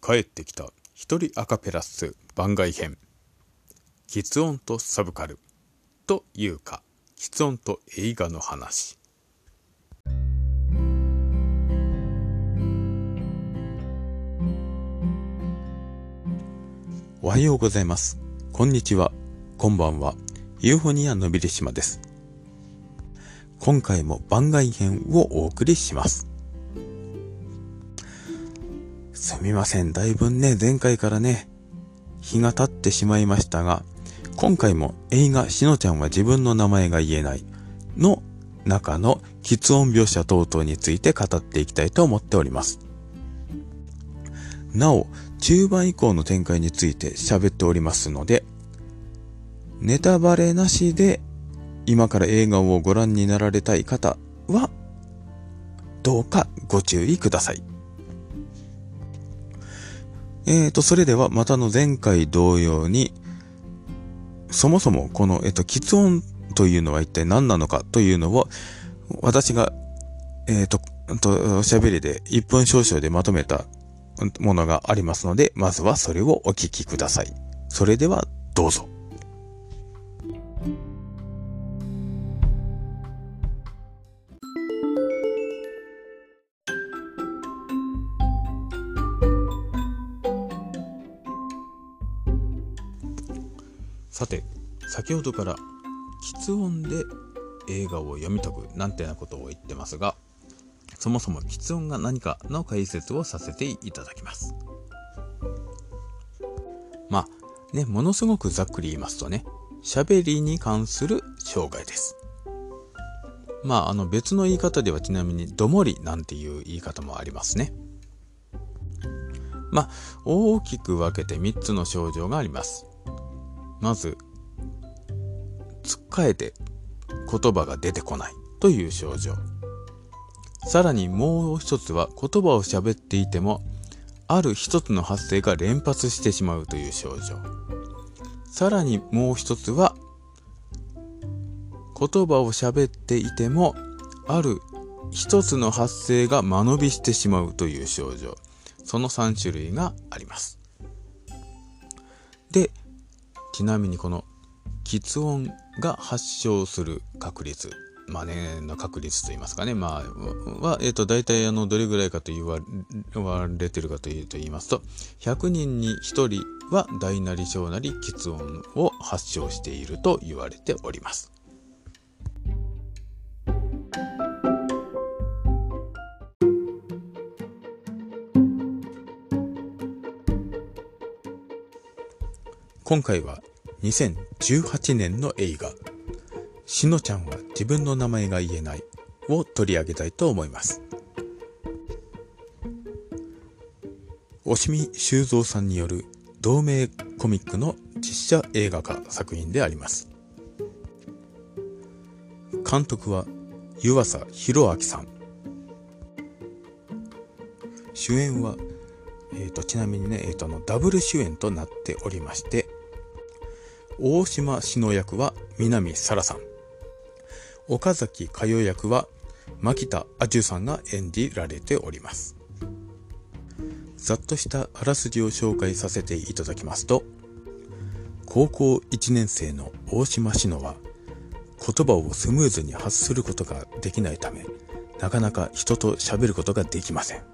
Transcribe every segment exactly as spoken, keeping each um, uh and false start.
帰ってきた一人アカペラス番外編、喫音とサブカルというか喫音と映画の話。おはようございます。こんにちは。こんばんは。ユーフォニアのびりしまです。今回も番外編をお送りします。すみません。だいぶね、前回からね、日が経ってしまいましたが、今回も映画しのちゃんは自分の名前が言えないの中の喫音描写等々について語っていきたいと思っております。なお、中盤以降の展開について喋っておりますので、ネタバレなしで今から映画をご覧になられたい方は、どうかご注意ください。えーと、それではまたの前回同様に、そもそもこの、えっと、喫音というのは一体何なのかというのを、私が、えーと、と、喋りでいっぷん少々でまとめたものがありますので、まずはそれをお聞きください。それではどうぞ。さて、先ほどから喫音で映画を読み解くなんてなことを言ってますが、そもそも喫音が何かの解説をさせていただきます。まあね、ものすごくざっくり言いますとね、喋りに関する障害です。まああの別の言い方ではちなみにどもりなんていう言い方もありますね。まあ大きく分けてみっつの症状があります。まず、つっかえて言葉が出てこないという症状。さらにもう一つは言葉を喋っていても、ある一つの発声が連発してしまうという症状。さらにもう一つは、言葉を喋っていても、ある一つの発声が間延びしてしまうという症状。そのさん種類があります。で、ちなみにこの喫音が発症する確率、まあね、の確率と言いますかね、まあ、は、えっと、大体あの、どれぐらいかと言われてるかというと言いますと、ひゃくにんにひとりは大なり小なり喫音を発症していると言われております。今回はにせんじゅうはちねんの映画しのちゃんは自分の名前が言えないを取り上げたいと思います。押見修造さんによる同名コミックの実写映画化作品であります。監督は湯浅弘明さん。主演は、えーと、ちなみにね、えーと、あのダブル主演となっておりまして、大島志乃役は南沙良さん、岡崎佳代役は牧田亜樹さんが演じられております。ざっとしたあらすじを紹介させていただきますと、高校いちねん生の大島志乃は言葉をスムーズに発することができないため、なかなか人と喋ることができません。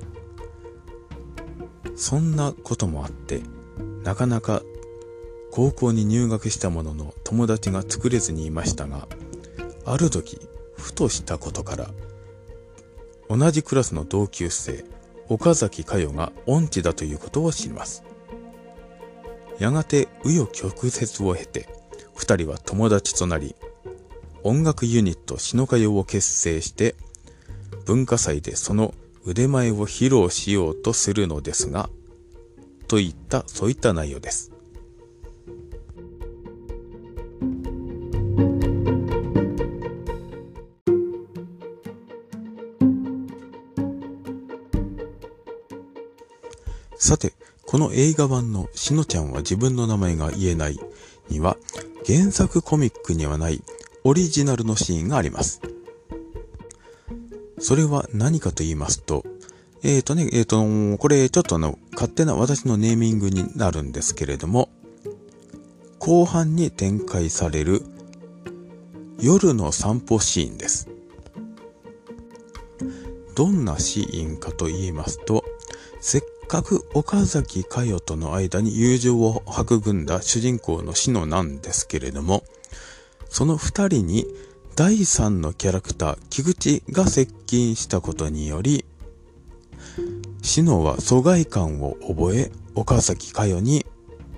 そんなこともあって、なかなか高校に入学したものの友達が作れずにいましたが、ある時ふとしたことから同じクラスの同級生岡崎佳代が音痴だということを知ります。やがて紆余曲折を経て二人は友達となり、音楽ユニットしのかよを結成して文化祭でその腕前を披露しようとするのですが、といったそういった内容です。さて、この映画版のしのちゃんは自分の名前が言えないには、原作コミックにはないオリジナルのシーンがあります。それは何かと言いますと、えーとね、えーと、これちょっとあの、 勝手な私のネーミングになるんですけれども、後半に展開される夜の散歩シーンです。どんなシーンかと言いますと、せっかく岡崎佳代との間に友情を育んだ主人公の篠なんですけれども、その二人にだいさんのキャラクター木口が接近したことにより、篠は疎外感を覚え、岡崎佳代に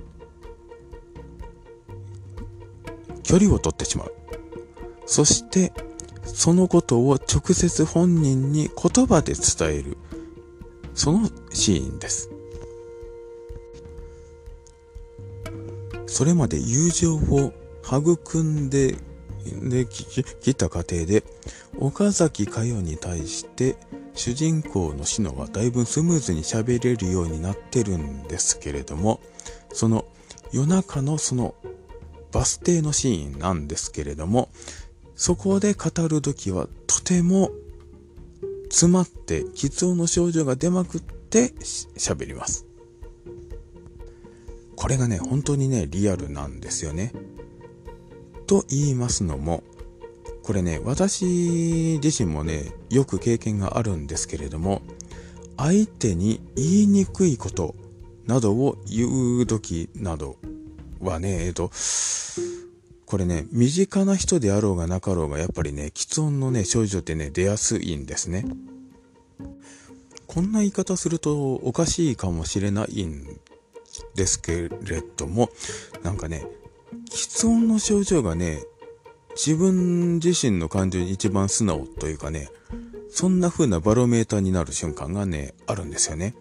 距離を取ってしまう。そしてそのことを直接本人に言葉で伝える、そのシーンです。それまで友情を育んでできた過程で、岡崎佳代に対して主人公の篠はだいぶスムーズに喋れるようになってるんですけれども、その夜中のそのバス停のシーンなんですけれども、そこで語るときはとても詰まって喫音の症状が出まくって喋ります。これがね、本当にね、リアルなんですよね。と言いますのも、これね、私自身もね、よく経験があるんですけれども、相手に言いにくいことなどを言うときなどはね、えっと、これね、身近な人であろうがなかろうが、やっぱりね、喫音のね、症状ってね、出やすいんですね。こんな言い方するとおかしいかもしれないんですけれども、なんかね、喫音の症状がね、自分自身の感情に一番素直というかね、そんな風なバロメーターになる瞬間がね、あるんですよね。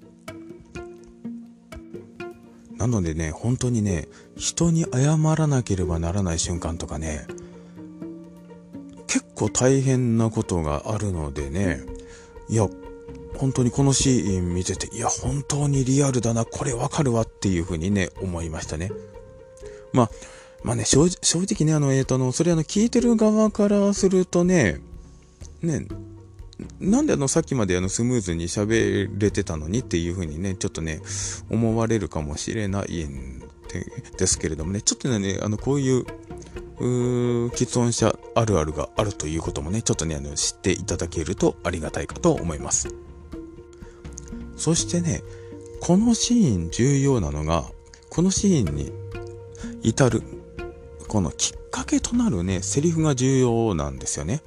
なのでね、本当にね、人に謝らなければならない瞬間とかね、結構大変なことがあるのでね、いや、本当にこのシーン見てて、いや、本当にリアルだな、これわかるわっていう風にね、思いましたね。まあ、まあね、正, 正直ね、あの、えーと、あの、それあの、聞いてる側からするとね、ね、なんであの、さっきまであの、スムーズに喋れてたのにっていう風にね、ちょっとね、思われるかもしれないんでですけれどもね、ちょっとね、あの、こういう、うー喫音者あるあるがあるということもね、ちょっとね、あの、知っていただけるとありがたいかと思います。そしてね、このシーン重要なのが、このシーンに至る、このきっかけとなるね、セリフが重要なんですよね。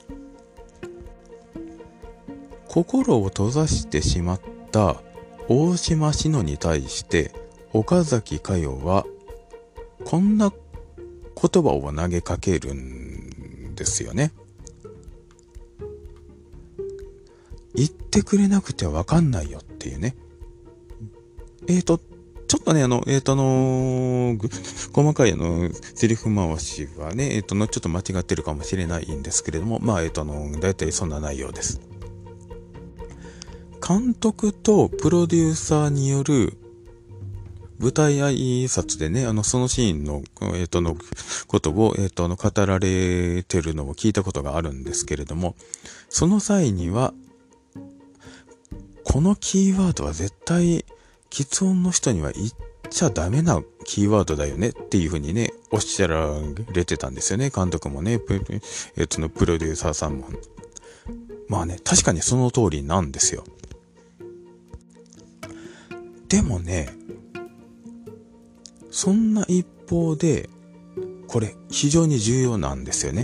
心を閉ざしてしまった大島志乃に対して岡崎佳代はこんな言葉を投げかけるんですよね。言ってくれなくてわかんないよっていうね。えーとちょっとね、あの、えっと、あのー、細かいあの、セリフ回しはね、えっと、ちょっと間違ってるかもしれないんですけれども、まあ、えっと、あの、だいたいそんな内容です。監督とプロデューサーによる舞台挨拶でね、あの、そのシーンの、えっと、のことを、えっと、あの、語られてるのを聞いたことがあるんですけれども、その際には、このキーワードは絶対、喫音の人には言っちゃダメなキーワードだよねっていう風にね、おっしゃられてたんですよね。監督もね、えっとのプロデューサーさんも。まあね、確かにその通りなんですよ。でもね、そんな一方で、これ非常に重要なんですよね。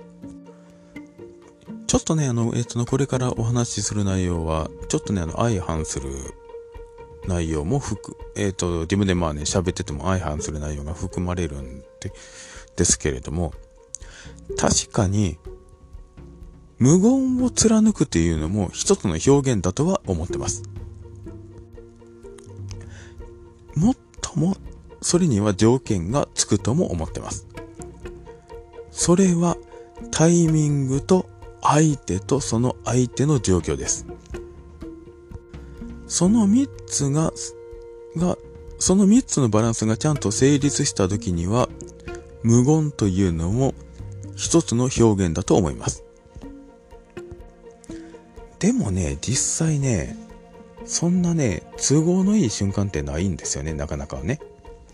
ちょっとね、あの、えっと、これからお話しする内容は、ちょっとね、あの、相反する内容も含、えっと、自分でまあね、喋ってても相反する内容が含まれるんで、ですけれども、確かに、無言を貫くというのも一つの表現だとは思ってます。もっとも、それには条件がつくとも思ってます。それは、タイミングと相手とその相手の状況です。その三つが、が、その三つのバランスがちゃんと成立したときには、無言というのも一つの表現だと思います。でもね、実際ね、 そんなね、都合のいい瞬間ってないんですよね、なかなかね。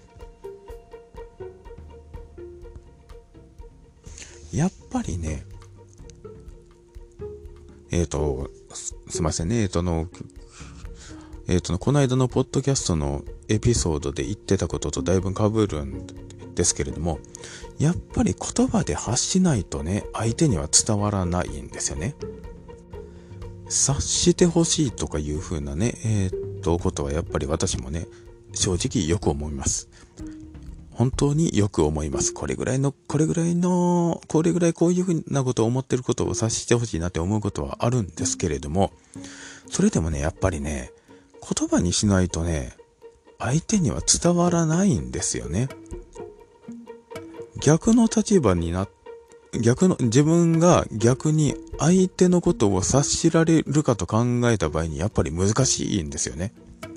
やっぱりね、えっと、す、すいませんね、えっとの、えっとこの間のポッドキャストのエピソードで言ってたこととだいぶ被るんですけれども、やっぱり言葉で発しないとね、相手には伝わらないんですよね。察してほしいとかいう風なね、えー、っと、ことはやっぱり私もね、正直よく思います。本当によく思います。これぐらいの、これぐらいの、これぐらいこういう風なことを思ってることを察してほしいなって思うことはあるんですけれども、それでもね、やっぱりね、言葉にしないとね、相手には伝わらないんですよね。逆の立場にな、逆の、自分が逆に相手のことを察しられるかと考えた場合にやっぱり難しいんですよね。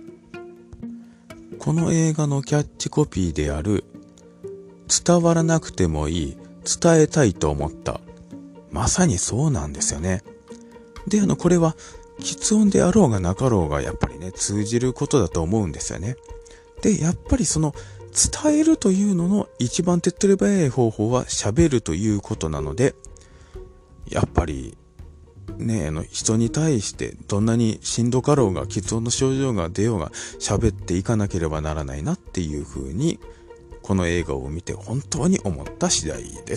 この映画のキャッチコピーである、伝わらなくてもいい、伝えたいと思った。まさにそうなんですよね。で、あの、これは、喫音であろうがなかろうがやっぱりね、通じることだと思うんですよね。で、やっぱりその、伝えるというのの一番手っ取り早い方法は喋るということなので、やっぱりね、あの人に対してどんなにしんどかろうが喫音の症状が出ようが喋っていかなければならないなっていう風にこの映画を見て本当に思った次第です。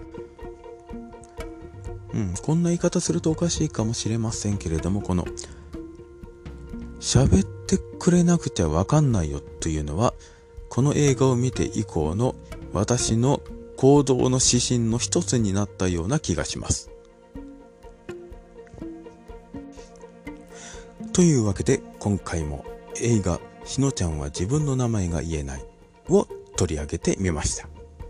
うん、こんな言い方するとおかしいかもしれませんけれども、この喋ってくれなくちゃわかんないよというのはこの映画を見て以降の私の行動の指針の一つになったような気がします。というわけで今回も映画しのちゃんは自分の名前が言えないを取り上げてみました。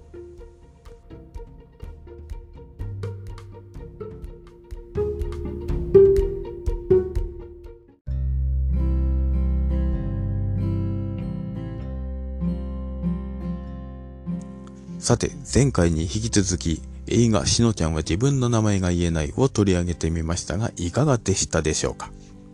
さて、前回に引き続き映画しのちゃんは自分の名前が言えないを取り上げてみましたが、いかがでしたでしょうか。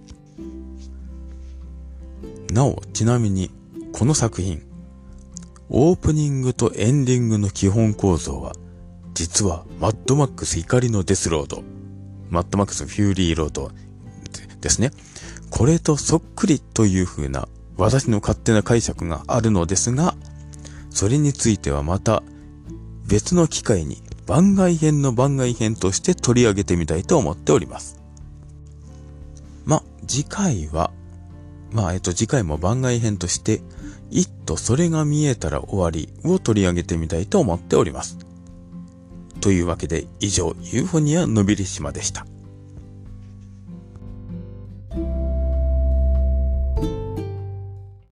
なお、ちなみにこの作品、オープニングとエンディングの基本構造は実はマッドマックス怒りのデスロード、マッドマックスフューリーロードですね。これとそっくりという風な私の勝手な解釈があるのですが、それについてはまた別の機会に番外編の番外編として取り上げてみたいと思っております。ま、次回は、まあ、えっと、次回も番外編として、イットそれが見えたら終わりを取り上げてみたいと思っております。というわけで、以上、ユーフォニアのびりしまでした。